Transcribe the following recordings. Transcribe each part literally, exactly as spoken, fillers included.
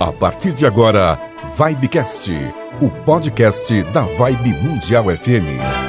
A partir de agora, Vibecast, o podcast da Vibe Mundial F M.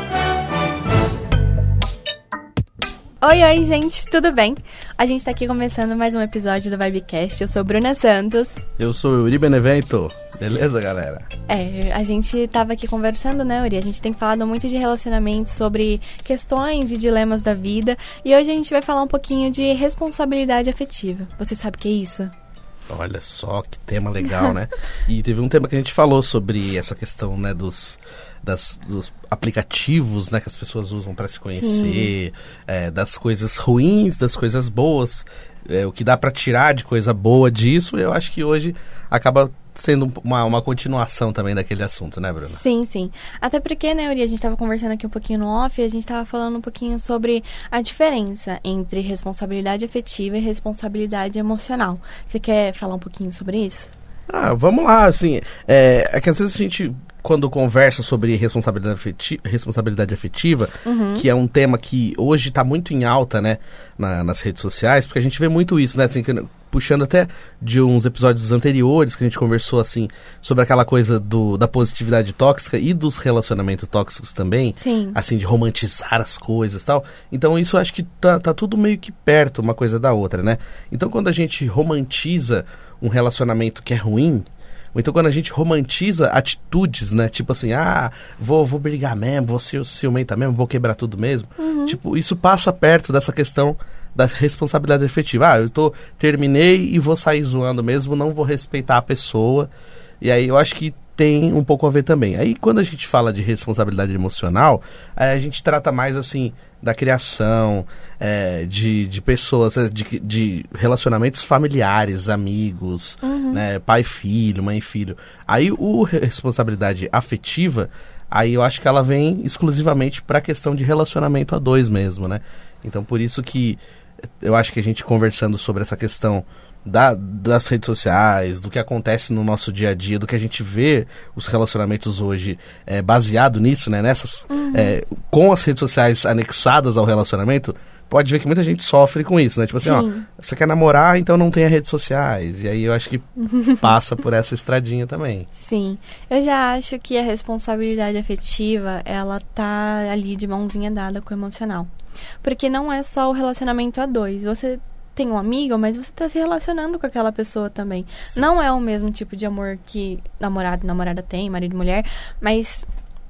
Oi, oi, gente, tudo bem? A gente tá aqui começando mais um episódio do Vibecast. Eu sou Bruna Santos. Eu sou o Uri Benevento. Beleza, galera? É, a gente tava aqui conversando, né, Uri? A gente tem falado muito de relacionamentos, sobre questões e dilemas da vida. E hoje a gente vai falar um pouquinho de responsabilidade afetiva. Você sabe o que é isso? Olha só, que tema legal, né? E teve um tema que a gente falou sobre essa questão, né, dos... Das, dos aplicativos, né, que as pessoas usam para se conhecer, é, das coisas ruins, das coisas boas, é, o que dá para tirar de coisa boa disso. Eu acho que hoje acaba sendo uma, uma continuação também daquele assunto, né, Bruna? Sim, sim. Até porque, né, Uri, a gente estava conversando aqui um pouquinho no off, e a gente estava falando um pouquinho sobre a diferença entre responsabilidade afetiva e responsabilidade emocional. Você quer falar um pouquinho sobre isso? Ah, vamos lá, assim, é, é que às vezes a gente, quando conversa sobre responsabilidade afetiva, responsabilidade afetiva uhum. que é um tema que hoje está muito em alta, né, na, nas redes sociais, porque a gente vê muito isso, né, assim, que, puxando até de uns episódios anteriores que a gente conversou, assim, sobre aquela coisa do, da positividade tóxica e dos relacionamentos tóxicos também, Sim. assim, de romantizar as coisas e tal. Então isso eu acho que tá, tá tudo meio que perto uma coisa da outra, né? Então quando a gente romantiza um relacionamento que é ruim, ou então quando a gente romantiza atitudes, né? Tipo assim, ah, vou, vou brigar mesmo, vou ser ciumenta mesmo, vou quebrar tudo mesmo. Uhum. Tipo, isso passa perto dessa questão da responsabilidade afetiva. Ah, eu tô, terminei e vou sair zoando mesmo, não vou respeitar a pessoa. E aí eu acho que tem um pouco a ver também. Aí quando a gente fala de responsabilidade emocional, a gente trata mais assim da criação, é, de, de pessoas, de, de relacionamentos familiares, amigos, uhum. né, pai e filho, mãe e filho. Aí o responsabilidade afetiva, aí eu acho que ela vem exclusivamente para a questão de relacionamento a dois mesmo, né? Então por isso que eu acho que a gente conversando sobre essa questão Da, das redes sociais, do que acontece no nosso dia a dia, do que a gente vê os relacionamentos hoje é, baseado nisso, né? Nessas, uhum. é, com as redes sociais anexadas ao relacionamento, pode ver que muita gente sofre com isso, né? Tipo assim, Sim. ó, você quer namorar, então não tenha redes sociais. E aí eu acho que passa por essa estradinha também. Sim. Eu já acho que a responsabilidade afetiva, ela tá ali de mãozinha dada com o emocional. Porque não é só o relacionamento a dois. Você tem um amigo, mas você tá se relacionando com aquela pessoa também. Sim. Não é o mesmo tipo de amor que namorado e namorada tem, marido e mulher, mas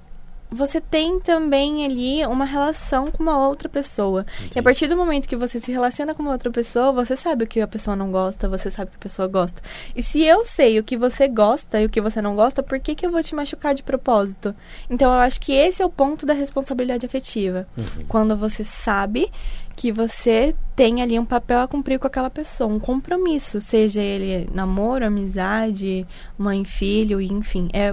você tem também ali uma relação com uma outra pessoa. Entendi. E a partir do momento que você se relaciona com uma outra pessoa, você sabe o que a pessoa não gosta, você sabe o que a pessoa gosta. E se eu sei o que você gosta e o que você não gosta, por que que eu vou te machucar de propósito? Então eu acho que esse é o ponto da responsabilidade afetiva. Uhum. Quando você sabe que você tem ali um papel a cumprir com aquela pessoa, um compromisso, seja ele namoro, amizade, mãe, filho, enfim. É,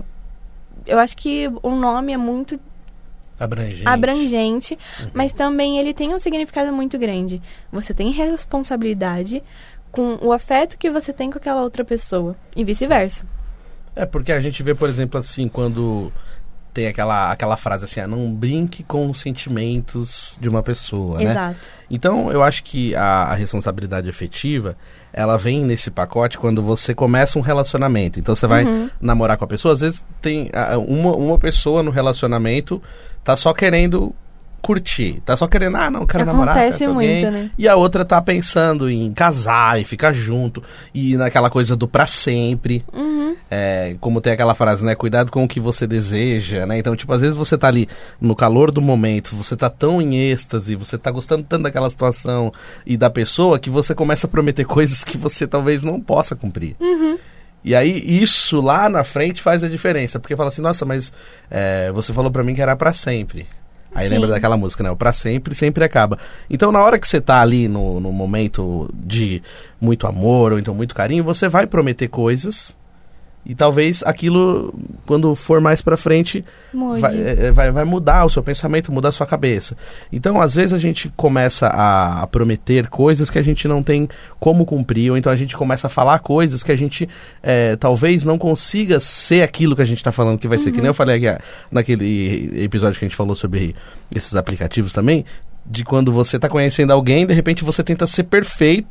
eu acho que o nome é muito abrangente, abrangente uhum. mas também ele tem um significado muito grande. Você tem responsabilidade com o afeto que você tem com aquela outra pessoa e vice-versa. É, porque a gente vê, por exemplo, assim, quando tem aquela, aquela frase assim, ah, não brinque com os sentimentos de uma pessoa, né? Exato. Então, eu acho que a, a responsabilidade afetiva, ela vem nesse pacote quando você começa um relacionamento. Então, você vai uhum. namorar com a pessoa, às vezes tem uma, uma pessoa no relacionamento tá só querendo curtir, tá só querendo, ah, não, quero Acontece namorar, quero com alguém, muito, né? E a outra tá pensando em casar e ficar junto, e naquela coisa do pra sempre, uhum. é, como tem aquela frase, né, cuidado com o que você deseja, né, então, tipo, às vezes você tá ali no calor do momento, você tá tão em êxtase, você tá gostando tanto daquela situação e da pessoa, que você começa a prometer coisas que você talvez não possa cumprir. Uhum. E aí, isso lá na frente faz a diferença, porque fala assim, nossa, mas é, você falou pra mim que era pra sempre. Aí Sim. lembra daquela música, né? O pra sempre, sempre acaba. Então, na hora que você tá ali no, no momento de muito amor ou então muito carinho, você vai prometer coisas e talvez aquilo, quando for mais pra frente, vai, é, vai, vai mudar o seu pensamento, mudar a sua cabeça. Então, às vezes a gente começa a, a prometer coisas que a gente não tem como cumprir, ou então a gente começa a falar coisas que a gente é, talvez não consiga ser aquilo que a gente tá falando que vai ser. Uhum. Que nem eu falei aqui, naquele episódio que a gente falou sobre esses aplicativos também, de quando você tá conhecendo alguém, de repente você tenta ser perfeito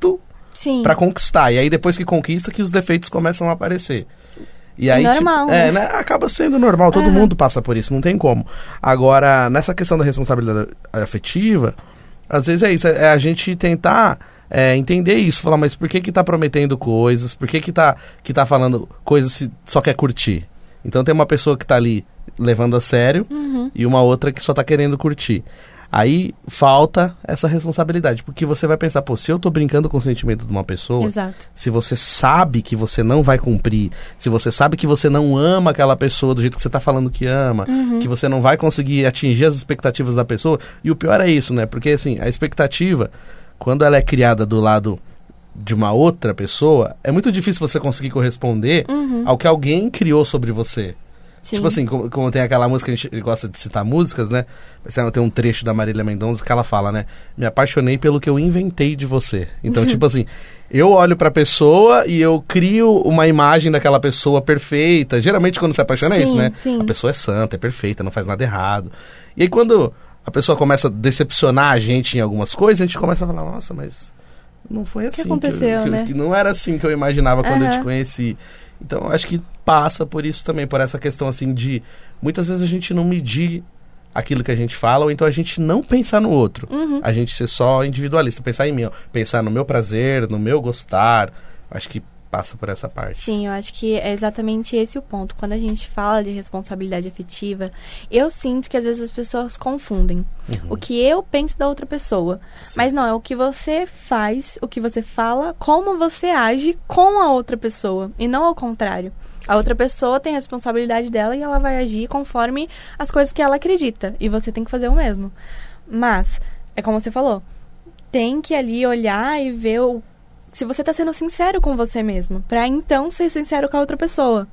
Sim. pra conquistar. E aí depois que conquista que os defeitos começam a aparecer. E aí, normal, tipo, é, né? né? Acaba sendo normal, todo Uhum. mundo passa por isso, não tem como. Agora, nessa questão da responsabilidade afetiva, às vezes é isso, é a gente tentar é, entender isso, falar, mas por que que tá prometendo coisas, por que que tá, que tá falando coisas se só quer curtir? Então tem uma pessoa que tá ali levando a sério Uhum. e uma outra que só tá querendo curtir. Aí falta essa responsabilidade, porque você vai pensar, pô, se eu tô brincando com o sentimento de uma pessoa, Exato. se você sabe que você não vai cumprir, se você sabe que você não ama aquela pessoa do jeito que você tá falando que ama, Uhum. que você não vai conseguir atingir as expectativas da pessoa, e o pior é isso, né? Porque, assim, a expectativa, quando ela é criada do lado de uma outra pessoa, é muito difícil você conseguir corresponder Uhum. ao que alguém criou sobre você. Sim. Tipo assim, como, como tem aquela música, a gente gosta de citar músicas, né? Mas tem- tem um trecho da Marília Mendonça que ela fala, né? Me apaixonei pelo que eu inventei de você. Então, tipo assim, eu olho pra pessoa e eu crio uma imagem daquela pessoa perfeita. Geralmente quando se apaixona é Sim, isso, né? sim. A pessoa é santa, é perfeita, não faz nada errado. E aí quando a pessoa começa a decepcionar a gente em algumas coisas, a gente começa a falar, nossa, mas não foi assim. aconteceu, eu, que, né? que não era assim que eu imaginava quando eu te Aham. conheci. Então, acho que passa por isso também, por essa questão assim de... Muitas vezes a gente não medir aquilo que a gente fala, ou então a gente não pensar no outro. Uhum. A gente ser só individualista, pensar em mim, ó, pensar no meu prazer, no meu gostar. Acho que passa por essa parte. Sim, eu acho que é exatamente esse o ponto. Quando a gente fala de responsabilidade afetiva, eu sinto que às vezes as pessoas confundem Uhum. o que eu penso da outra pessoa. Sim. Mas não, é o que você faz, o que você fala, como você age com a outra pessoa. E não ao contrário. A outra pessoa tem a responsabilidade dela e ela vai agir conforme as coisas que ela acredita. E você tem que fazer o mesmo. Mas, é como você falou, tem que ali olhar e ver o se você tá sendo sincero com você mesmo, pra então ser sincero com a outra pessoa.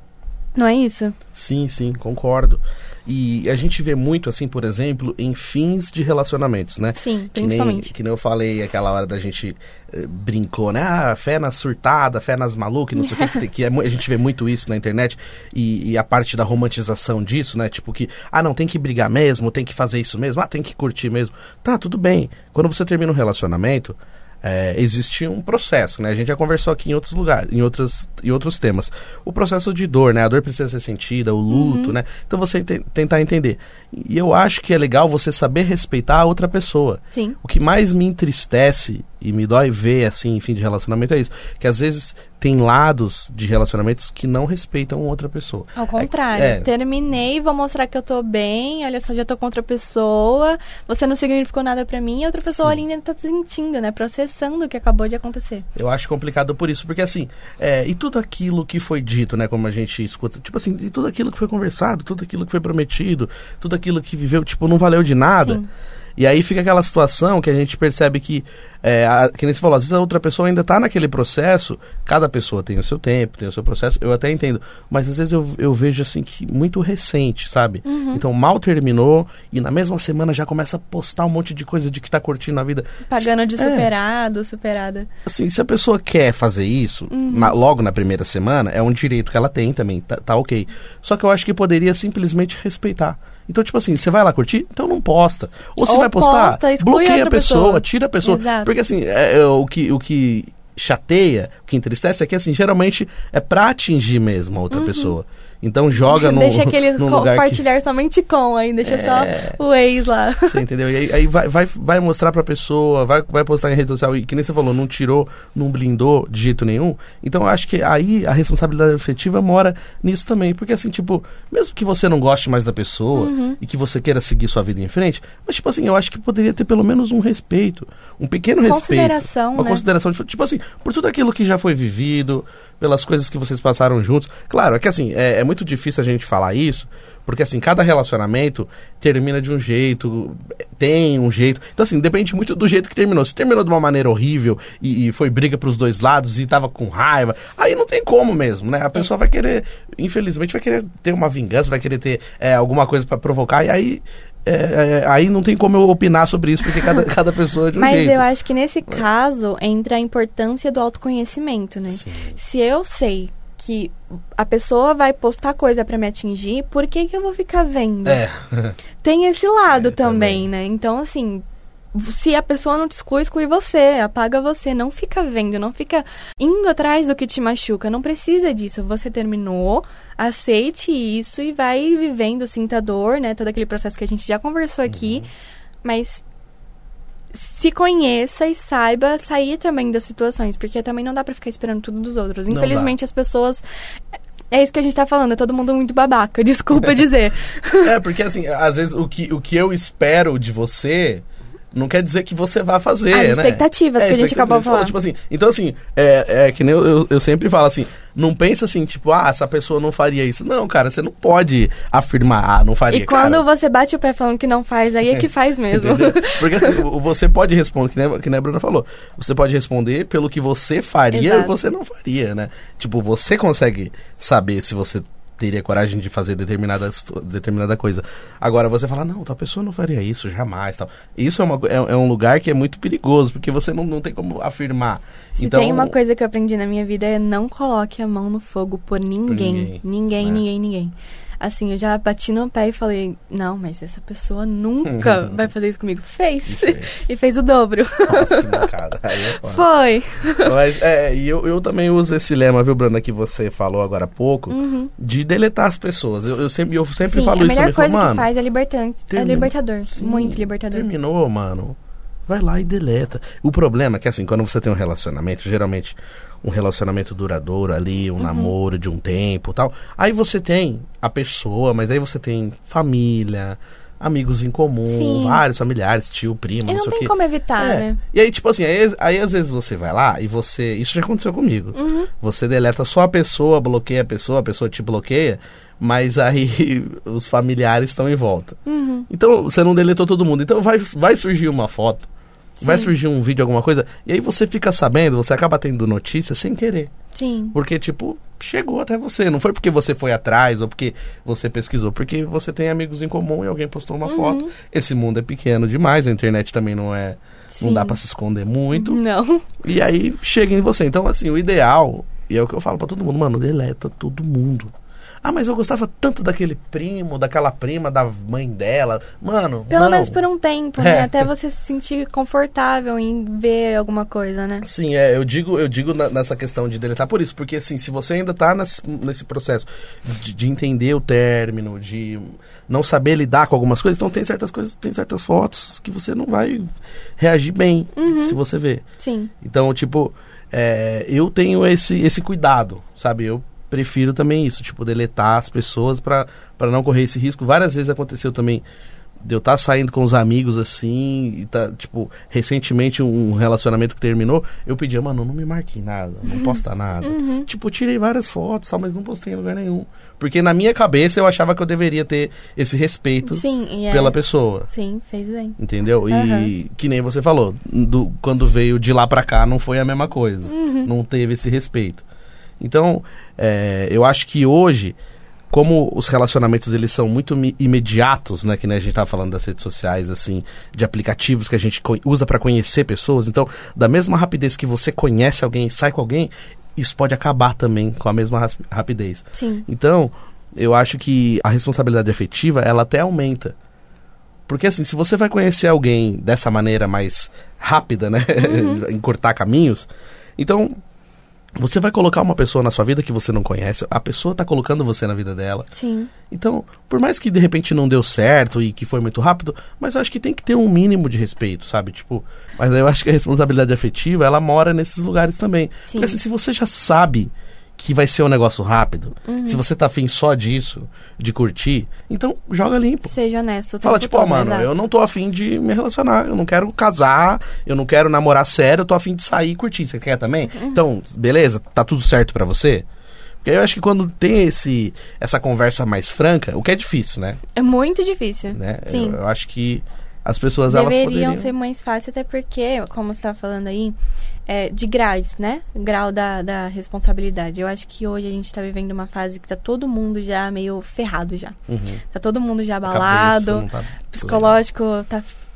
Não é isso? Sim, sim, concordo. E a gente vê muito, assim, por exemplo, em fins de relacionamentos, né? Sim, Que nem, principalmente. que nem eu falei aquela hora da gente eh, brincou, né? Ah, fé nas surtadas, fé nas malucas, não sei o que, que, tem- que é, mu- a gente vê muito isso na internet. E, e a parte da romantização disso, né? Tipo que, ah, não, tem que brigar mesmo, tem que fazer isso mesmo, ah, tem que curtir mesmo. Tá, tudo bem. Quando você termina um relacionamento, é, existe um processo, né? A gente já conversou aqui em outros lugares, em outros, em outros temas. O processo de dor, né? A dor precisa ser sentida, o luto, Uhum. né? Então você te- tentar entender. E eu acho que é legal você saber respeitar a outra pessoa. Sim. O que mais me entristece e me dói ver, assim, em fim de relacionamento é isso. Que às vezes tem lados de relacionamentos que não respeitam outra pessoa. Ao contrário. é. Terminei, vou mostrar que eu tô bem, olha só, já tô com outra pessoa, você não significou nada pra mim, e a outra pessoa Sim. ali ainda tá sentindo, né? Processando o que acabou de acontecer. Eu acho complicado por isso, porque assim, é, e tudo aquilo que foi dito, né, como a gente escuta, tipo assim, e tudo aquilo que foi conversado, tudo aquilo que foi prometido, tudo aquilo que viveu, tipo, não valeu de nada. Sim. E aí fica aquela situação que a gente percebe que, é, a, que nem você falou, às vezes a outra pessoa ainda tá naquele processo, cada pessoa tem o seu tempo, tem o seu processo, eu até entendo, mas às vezes eu, eu vejo assim que muito recente, sabe? Uhum. Então mal terminou e na mesma semana já começa a postar um monte de coisa de que tá curtindo a vida. Pagando de É. superado, superada. Assim, se a pessoa quer fazer isso, Uhum. na- logo na primeira semana, é um direito que ela tem também, tá, tá ok. Só que eu acho que poderia simplesmente respeitar. Então, tipo assim, você vai lá curtir? Então não posta. Ou você Ou vai postar, posta, exclui bloqueia a outra pessoa, pessoa. tira a pessoa. Exato. Porque assim, é, é, o, que, o que chateia, o que entristece é que assim, geralmente é pra atingir mesmo a outra pessoa. Então joga no, Deixa aquele num lugar que... compartilhar somente com, aí deixa É. só o ex lá. Você entendeu? E aí, aí vai, vai, vai mostrar pra pessoa, vai, vai postar em rede social, e que nem você falou, não tirou, não blindou de jeito nenhum. Então eu acho que aí a responsabilidade afetiva mora nisso também. Porque assim, tipo, mesmo que você não goste mais da pessoa Uhum. e que você queira seguir sua vida em frente, mas tipo assim, eu acho que poderia ter pelo menos um respeito, um pequeno respeito. Consideração, Uma né? consideração, de- tipo assim, por tudo aquilo que já foi vivido, pelas coisas que vocês passaram juntos. Claro, é que assim, é, é muito difícil a gente falar isso, porque assim, cada relacionamento termina de um jeito, tem um jeito. Então assim, depende muito do jeito que terminou. Se terminou de uma maneira horrível e, e foi briga pros dois lados e tava com raiva, aí não tem como mesmo, né? A pessoa vai querer, infelizmente, vai querer ter uma vingança, vai querer ter é, alguma coisa pra provocar, e aí... é, é, aí não tem como eu opinar sobre isso, porque cada, cada pessoa é de um Mas jeito. eu acho que nesse caso entra a importância do autoconhecimento, né? Sim. Se eu sei que a pessoa vai postar coisa pra me atingir, por que que eu vou ficar vendo? É. Tem esse lado É, também, também. né? Então, assim, se a pessoa não te exclui, exclui você, apaga você, não fica vendo, não fica indo atrás do que te machuca, não precisa disso, você terminou, aceite isso e vai vivendo, sinta dor, né, todo aquele processo que a gente já conversou aqui, uhum. mas se conheça e saiba sair também das situações, porque também não dá pra ficar esperando tudo dos outros, Não infelizmente dá. As pessoas... É isso que a gente tá falando, é todo mundo muito babaca, desculpa dizer. É, porque assim, às vezes o que, o que eu espero de você não quer dizer que você vá fazer, As né? expectativas é, que a gente acabou de falar. Tipo assim, então assim, é, é que nem eu, eu, eu sempre falo assim, não pensa assim, tipo, ah, essa pessoa não faria isso. Não, cara, você não pode afirmar, ah, não faria, E quando cara. você bate o pé falando que não faz, aí é que faz mesmo. Porque assim, você pode responder, que nem, que nem a Bruna falou, você pode responder pelo que você faria Exato. e você não faria, né? Tipo, você consegue saber se você teria coragem de fazer determinada, determinada coisa. Agora, você fala, não, tal pessoa não faria isso, jamais, tal. Isso é, uma, é, é um lugar que é muito perigoso, porque você não, não tem como afirmar. Se então, tem uma coisa que eu aprendi na minha vida é não coloque a mão no fogo por ninguém. Por ninguém, ninguém, né? ninguém, ninguém. Assim, eu já bati no pé e falei, não, mas essa pessoa nunca vai fazer isso comigo. Fez. E fez. E fez o dobro. Nossa, que mancada. Aí é foda. Foi. Mas, é, e eu, eu também uso esse lema, viu, Bruna, que você falou agora há pouco, Uhum. de deletar as pessoas. Eu, eu sempre, eu sempre Sim, falo a isso melhor também. coisa falo, que mano, faz é libertante. termina- É libertador. sim, Muito libertador. Terminou, mano. Vai lá e deleta. O problema é que, assim, quando você tem um relacionamento, geralmente um relacionamento duradouro ali, um Uhum. namoro de um tempo e tal, aí você tem a pessoa, mas aí você tem família, amigos em comum, Sim. vários familiares, tio, primo, E não não sei o tem quê. como evitar, É. né? E aí, tipo assim, aí, aí às vezes você vai lá e você... Isso já aconteceu comigo. Uhum. Você deleta só a pessoa, bloqueia a pessoa, a pessoa te bloqueia, mas aí os familiares estão em volta. Uhum. Então, você não deletou todo mundo. Então, vai, vai surgir uma foto, vai Sim. surgir um vídeo, alguma coisa, e aí você fica sabendo, você acaba tendo notícia sem querer. Sim. Porque, tipo, chegou até você. Não foi porque você foi atrás ou porque você pesquisou, porque você tem amigos em comum e alguém postou uma Uhum. foto. Esse mundo é pequeno demais, a internet também não é... Não Sim. dá pra se esconder muito. Não. E aí chega em você. Então, assim, o ideal, e é o que eu falo pra todo mundo, mano, deleta todo mundo. Ah, mas eu gostava tanto daquele primo, daquela prima, da mãe dela. Mano, Pelo não. menos por um tempo, né? É. Até você se sentir confortável em ver alguma coisa, né? Sim, é, eu digo, eu digo na- nessa questão de deletar por isso, porque assim, se você ainda tá nesse, nesse processo de, de entender o término, de não saber lidar com algumas coisas, então tem certas coisas, tem certas fotos que você não vai reagir bem, Uhum. se você ver. Sim. Então, tipo, é, eu tenho esse, esse cuidado, sabe? Eu prefiro também isso, tipo, deletar as pessoas pra, pra não correr esse risco. Várias vezes aconteceu também de eu estar saindo com os amigos assim, e tá, tipo, recentemente um relacionamento que terminou, eu pedia, mano, não me marque em nada, não posta nada. Uhum. Tipo, eu tirei várias fotos, tal, mas não postei em lugar nenhum. Porque na minha cabeça eu achava que eu deveria ter esse respeito Sim, e é... pela pessoa. Sim, fez bem. Entendeu? E Aham. que nem você falou, do, quando veio de lá pra cá não foi a mesma coisa. Uhum. Não teve esse respeito. Então, é, eu acho que hoje, como os relacionamentos eles são muito mi- imediatos, né? Que né, a gente tava falando das redes sociais, assim, de aplicativos que a gente co- usa pra conhecer pessoas. Então, da mesma rapidez que você conhece alguém e sai com alguém, isso pode acabar também com a mesma ras- rapidez. Sim. Então, eu acho que a responsabilidade afetiva, ela até aumenta. Porque assim, se você vai conhecer alguém dessa maneira mais rápida, né? Uhum. Encurtar caminhos, então você vai colocar uma pessoa na sua vida que você não conhece, a pessoa tá colocando você na vida dela. Sim. Então, por mais que de repente não deu certo e que foi muito rápido, mas eu acho que tem que ter um mínimo de respeito, sabe? Tipo, mas eu acho que a responsabilidade afetiva, ela mora nesses lugares também. Sim. Porque assim, se você já sabe que vai ser um negócio rápido, Uhum. se você tá afim só disso, de curtir, então joga limpo. Seja honesto. o Fala, tempo tipo, ó, todo, mano, exato. eu não tô afim de me relacionar, eu não quero casar, eu não quero namorar sério, eu tô afim de sair e curtir. Você quer também? Uhum. Então, beleza? Tá tudo certo pra você? Porque eu acho que quando tem esse, essa conversa mais franca, o que é difícil, né? É muito difícil. né? Sim. Eu, eu acho que as pessoas, elas Deveriam poderiam... ser mais fácil, até porque, como você tá falando aí, é, de graus, né? Grau da, da responsabilidade. Eu acho que hoje a gente tá vivendo uma fase que tá todo mundo já meio ferrado já. Uhum. Tá todo mundo já A abalado, cabeça não tá psicológico tá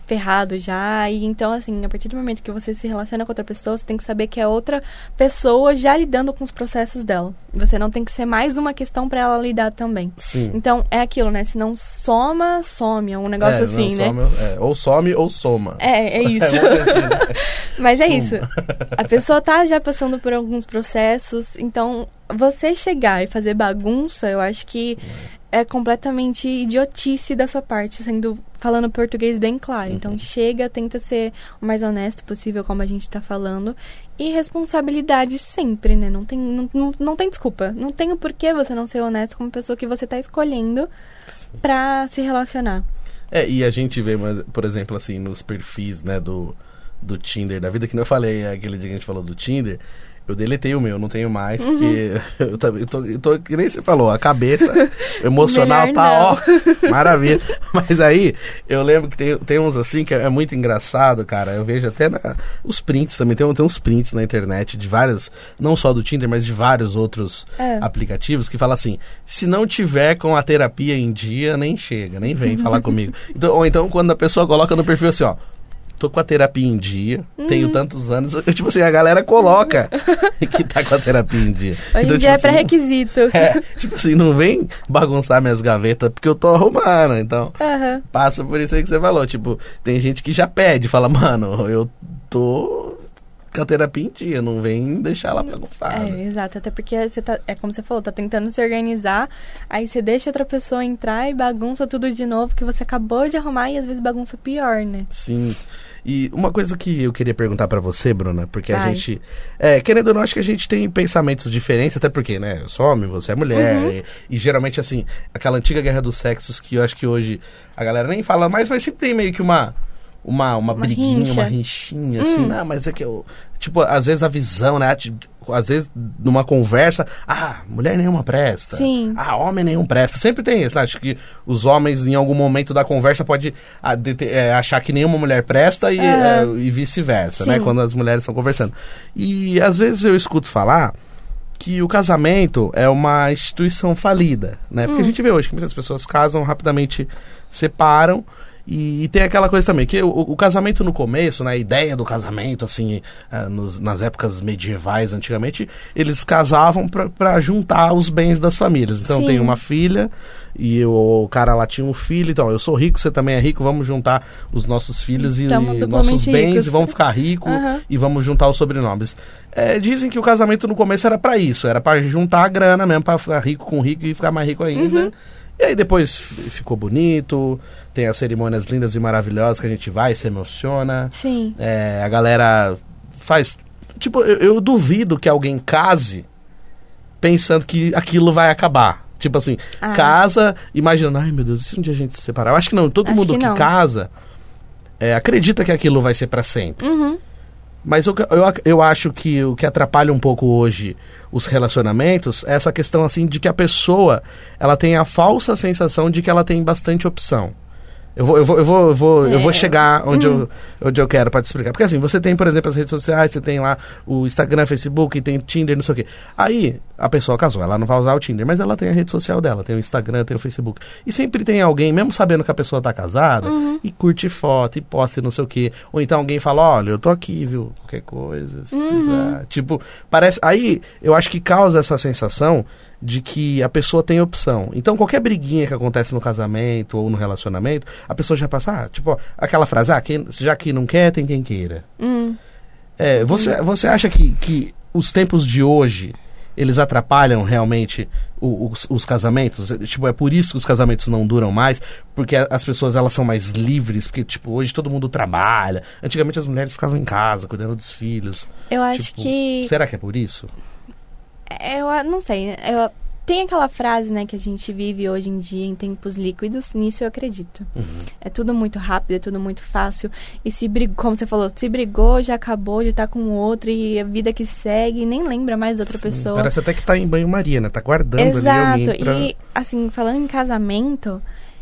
ferrado já. E então, assim, a partir do momento que você se relaciona com outra pessoa, você tem que saber que é outra pessoa já lidando com os processos dela. Você não tem que ser mais uma questão pra ela lidar também. Sim. Então, é aquilo, né? Se não soma, some. É um negócio É, assim, não, né? some, é, ou some ou soma. É, é isso. É, assim, né? Mas é Suma. isso. A pessoa tá já passando por alguns processos, então você chegar e fazer bagunça, eu acho que é completamente idiotice da sua parte, sendo falando português bem claro. Então Uhum. chega, tenta ser o mais honesto possível, como a gente tá falando, e responsabilidade sempre, né? Não tem, não, não, não tem desculpa. Não tem o porquê você não ser honesto com uma pessoa que você tá escolhendo pra se relacionar. É, e a gente vê, mas, por exemplo, assim, nos perfis, né, do, do Tinder, da vida, que nem eu falei aquele dia que a gente falou do Tinder, eu deletei o meu, não tenho mais, Uhum. porque eu, também- eu, tô, eu tô, que nem você falou, a cabeça emocional Melhor tá, ó, maravilha. Mas aí, eu lembro que tem, tem uns assim que é muito engraçado, cara, eu vejo até na, os prints também, tem, tem uns prints na internet de vários, não só do Tinder, mas de vários outros É. aplicativos que fala assim, se não tiver com a terapia em dia, nem chega, nem vem falar comigo. Então, ou então quando a pessoa coloca no perfil assim, ó, tô com a terapia em dia, Uhum. tenho tantos anos, eu, tipo assim, a galera coloca que tá com a terapia em dia. Hoje Então, em dia é tipo assim, pré-requisito. é, tipo assim, não vem bagunçar minhas gavetas porque eu tô arrumando, então Aham. passa por isso aí que você falou, tipo, tem gente que já pede, fala, mano, eu tô com a terapia em dia, não vem deixar ela bagunçada. É, exato. Até porque você tá, é como você falou, tá tentando se organizar, aí você deixa outra pessoa entrar e bagunça tudo de novo que você acabou de arrumar e às vezes bagunça pior, né? Sim. E uma coisa que eu queria perguntar pra você, Bruna, porque a Vai. gente, é, querendo ou não, acho que a gente tem pensamentos diferentes, até porque, né, eu sou homem, você é mulher, Uhum. e, e geralmente, assim, aquela antiga guerra dos sexos que eu acho que hoje a galera nem fala mais, mas sempre tem meio que uma, uma, uma, Uma briguinha, rincha. uma rinchinha, assim, Hum. não, mas é que eu, tipo, às vezes a visão, né, tipo, às vezes numa conversa, ah, mulher nenhuma presta, Sim. ah, homem nenhum presta, sempre tem isso, né? Acho que os homens em algum momento da conversa pode ah, dete- é, achar que nenhuma mulher presta e, É. é, e vice-versa, né? Sim. Quando as mulheres estão conversando. E às vezes eu escuto falar que o casamento é uma instituição falida, né? Porque Hum. a gente vê hoje que muitas pessoas casam, rapidamente separam. E, e tem aquela coisa também, que o, o casamento no começo, né, a ideia do casamento, assim, ah, nos- nas épocas medievais, antigamente, eles casavam pra- pra juntar os bens das famílias. Então Sim. tem uma filha e o, o cara lá tinha um filho, então eu sou rico, você também é rico, vamos juntar os nossos filhos e, Tamo e duplamente nossos bens ricos. e vamos ficar ricos Aham. e vamos juntar os sobrenomes. É, dizem que o casamento no começo era pra isso, era pra juntar a grana mesmo, pra ficar rico com rico e ficar mais rico ainda. Uhum. E aí depois f- ficou bonito, tem as cerimônias lindas e maravilhosas que a gente vai, se emociona. Sim. É, a galera faz... Tipo, eu, eu duvido que alguém case pensando que aquilo vai acabar. Tipo assim, Ah. casa imaginando, ai meu Deus, e se um dia a gente se separar? Eu acho que não, todo Acho mundo que que, não. casa é, acredita que aquilo vai ser pra sempre. Uhum. Mas eu, eu, eu acho que o que atrapalha um pouco hoje os relacionamentos é essa questão assim de que a pessoa ela tem a falsa sensação de que ela tem bastante opção. Eu vou, eu vou, eu vou, eu vou, eu vou É. chegar onde, Uhum. eu, onde eu quero pra te explicar. Porque assim, você tem, por exemplo, as redes sociais, você tem lá o Instagram, Facebook, tem Tinder, não sei o quê. Aí, a pessoa casou, ela não vai usar o Tinder, mas ela tem a rede social dela, tem o Instagram, tem o Facebook. E sempre tem alguém, mesmo sabendo que a pessoa tá casada, Uhum. e curte foto, e posta e não sei o quê. Ou então alguém fala, olha, eu tô aqui, viu? Qualquer coisa, se Uhum. precisar. Tipo, parece... Aí, eu acho que causa essa sensação de que a pessoa tem opção. Então, qualquer briguinha que acontece no casamento ou no relacionamento, a pessoa já passa, ah, tipo, ó, aquela frase, ah, quem, já que não quer, tem quem queira. Hum. É, você, você acha que, que os tempos de hoje, eles atrapalham realmente o- os, os casamentos? Tipo, é por isso que os casamentos não duram mais? Porque a- as pessoas, elas são mais livres? Porque, tipo, hoje todo mundo trabalha. Antigamente as mulheres ficavam em casa, cuidando dos filhos. Eu acho Tipo, que... Será que é por isso? Eu ah, não sei, né? Eu, tem aquela frase, né, que a gente vive hoje em dia em tempos líquidos, nisso eu acredito. Uhum. É tudo muito rápido, é tudo muito fácil. E se brigou, como você falou, se brigou, já acabou de estar com o outro e a vida que segue, e nem lembra mais da outra Sim, pessoa. Parece até que tá em banho-maria, né? Tá guardando Exato. ali alguém pra... E, assim, falando em casamento,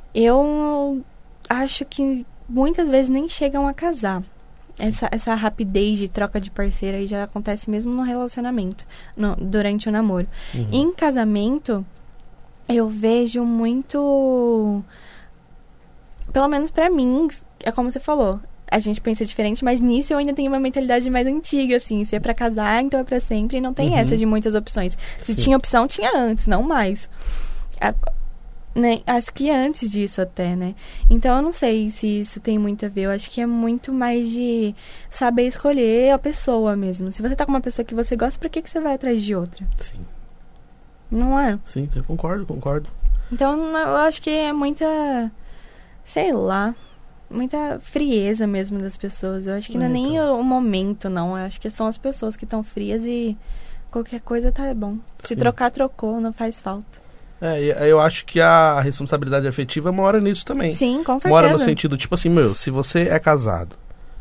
eu acho que muitas vezes nem chegam a casar. Essa, essa rapidez de troca de parceiro aí já acontece mesmo no relacionamento, no- durante o namoro. Uhum. Em casamento, eu vejo muito pelo menos pra mim, é como você falou, a gente pensa diferente, mas nisso eu ainda tenho uma mentalidade mais antiga, assim, se é pra casar, então é pra sempre, e não tem uhum. essa de muitas opções. Se Sim. tinha opção, tinha antes, não mais. A, né, acho que antes disso até, né? Então eu não sei se isso tem muito a ver, eu acho que é muito mais de saber escolher a pessoa mesmo. Se você tá com uma pessoa que você gosta, por que, que você vai atrás de outra? Sim. Não é? Sim, eu concordo, concordo. Então eu acho que é muita, sei lá, muita frieza mesmo das pessoas. Eu acho que não é nem o, o momento, não. Eu acho que são as pessoas que estão frias e qualquer coisa tá bom. Se Sim. trocar, trocou, não faz falta. É, eu acho que a responsabilidade afetiva mora nisso também. Sim, com certeza. Mora no sentido, tipo assim, meu, se você é casado,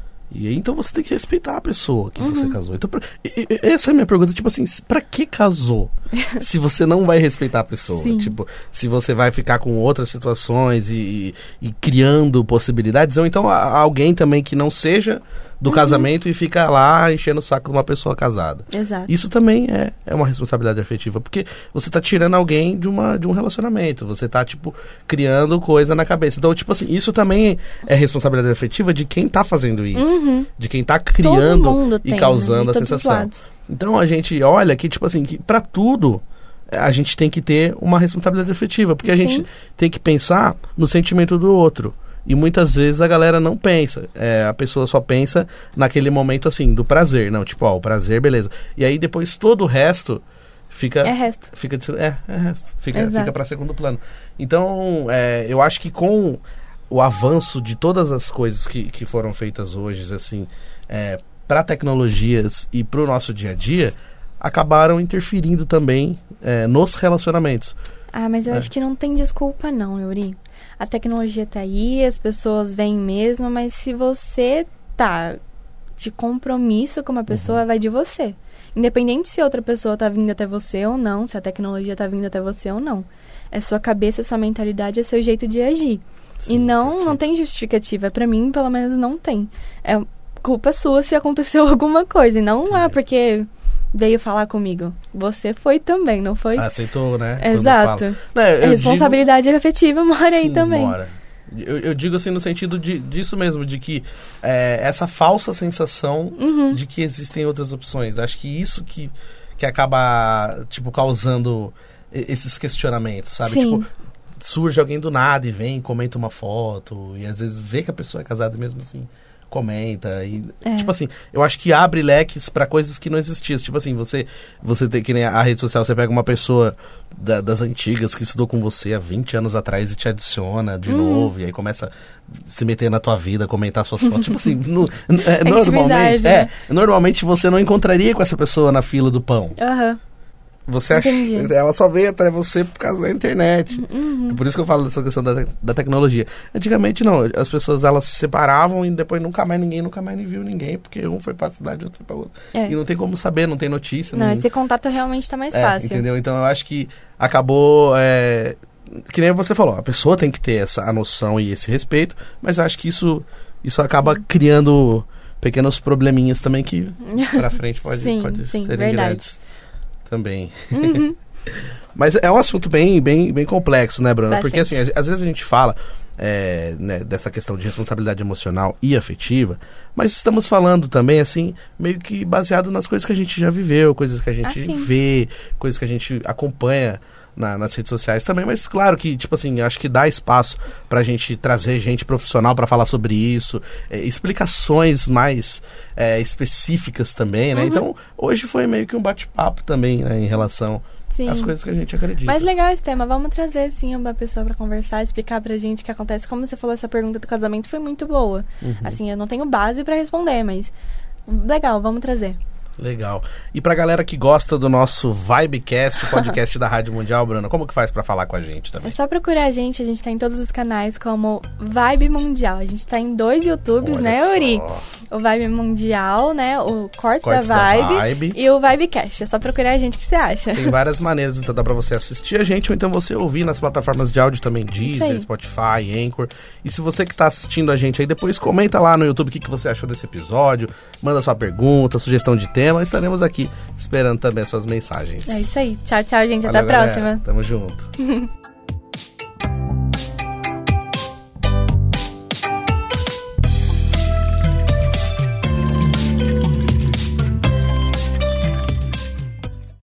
e aí, então você tem que respeitar a pessoa que uhum. você casou. Então, pra, e, e, essa é a minha pergunta, tipo assim, pra que casou? Se você não vai respeitar a pessoa. Sim. Tipo, se você vai ficar com outras situações e, e, e criando possibilidades, ou então a, alguém também que não seja do uhum. casamento e fica lá enchendo o saco de uma pessoa casada. Exato. Isso também é, é uma responsabilidade afetiva, porque você tá tirando alguém de, uma, de um relacionamento, você tá, tipo, criando coisa na cabeça. Então, tipo assim, isso também é responsabilidade afetiva de quem tá fazendo isso, uhum. de quem tá criando e tem, causando né? a sensação. Então, a gente olha que, tipo assim, que pra tudo a gente tem que ter uma responsabilidade afetiva, porque a Sim. gente tem que pensar no sentimento do outro. E muitas vezes a galera não pensa. É, a pessoa só pensa naquele momento, assim, do prazer. Não, tipo, ó, o prazer, beleza. E aí depois todo o resto fica... É resto. Fica de, é, é resto. Fica, fica pra segundo plano. Então, é, eu acho que com o avanço de todas as coisas que, que foram feitas hoje, assim, é, para tecnologias e pro nosso dia a dia, acabaram interferindo também é, nos relacionamentos. Ah, mas eu é. acho que não tem desculpa não, Yuri. A tecnologia tá aí, as pessoas vêm mesmo, mas se você tá de compromisso com uma pessoa, uhum. vai de você. Independente se outra pessoa tá vindo até você ou não, se a tecnologia tá vindo até você ou não. É sua cabeça, é sua mentalidade, é seu jeito de agir. Sim, e não, sim. não tem justificativa. Pra mim, pelo menos, não tem. É culpa sua se aconteceu alguma coisa. E não sim. é porque... veio falar comigo. Você foi também, não foi? Aceitou, né? Exato. Não, a responsabilidade digo... afetiva mora Sim, aí também. Mora. Eu, eu digo assim no sentido de, disso mesmo, de que é, essa falsa sensação uhum. de que existem outras opções. Acho que isso que, que acaba, tipo, causando esses questionamentos, sabe? Sim. Tipo, surge alguém do nada e vem, comenta uma foto, e às vezes vê que a pessoa é casada mesmo assim. Comenta e é. tipo assim, eu acho que abre leques pra coisas que não existiam. Tipo assim, você você tem que nem a rede social, você pega uma pessoa da, das antigas que estudou com você há vinte anos atrás e te adiciona de hum. novo, e aí começa a se meter na tua vida, comentar suas fotos. Tipo assim, no, é, normalmente, né? é, normalmente você não encontraria com essa pessoa na fila do pão. Aham. Uhum. Você acha, ela só veio até você por causa da internet. Uhum. Por isso que eu falo dessa questão da, da tecnologia. Antigamente não, as pessoas elas se separavam e depois nunca mais ninguém, nunca mais viu ninguém, porque um foi pra cidade, outro foi pra outra. É. E não tem como saber, não tem notícia. Não, não... esse contato realmente tá mais é, fácil. Entendeu? Então eu acho que acabou... É... Que nem você falou, a pessoa tem que ter essa a noção e esse respeito, mas eu acho que isso, isso acaba uhum. criando pequenos probleminhas também que pra frente pode, sim, pode sim, serem verdade. grandes. Também. Uhum. Mas é um assunto bem, bem, bem complexo, né, Bruna? Bastante. Porque assim, às vezes a gente fala é, né, dessa questão de responsabilidade emocional e afetiva, mas estamos falando também, assim, meio que baseado nas coisas que a gente já viveu, coisas que a gente ah, vê, coisas que a gente acompanha na, nas redes sociais também, mas claro que, tipo assim, acho que dá espaço pra gente trazer gente profissional pra falar sobre isso, é, explicações mais é, específicas também, né? Uhum. Então, hoje foi meio que um bate-papo também, né, em relação Sim. às coisas que a gente acredita. Mas legal esse tema, vamos trazer, sim, uma pessoa pra conversar, explicar pra gente o que acontece. Como você falou, essa pergunta do casamento foi muito boa. Uhum. Assim, eu não tenho base pra responder, mas legal, vamos trazer. Legal. E pra galera que gosta do nosso Vibecast, o podcast da Rádio Mundial, Bruna, como que faz pra falar com a gente também? É só procurar a gente, a gente tá em todos os canais como Vibe Mundial. A gente tá em dois YouTubes, Olha né, Yuri? só. O Vibe Mundial, né, o Cortes, Cortes da, Vibe, da Vibe e o Vibecast. É só procurar a gente, o que você acha? Tem várias maneiras, então dá pra você assistir a gente ou então você ouvir nas plataformas de áudio também, Deezer, Spotify, Anchor. E se você que tá assistindo a gente aí, depois comenta lá no YouTube o que, que você achou desse episódio, manda sua pergunta, sugestão de tema, estaremos aqui esperando também as suas mensagens. É isso aí. Tchau, tchau, gente. Valeu, até a próxima. Galera. Tamo junto.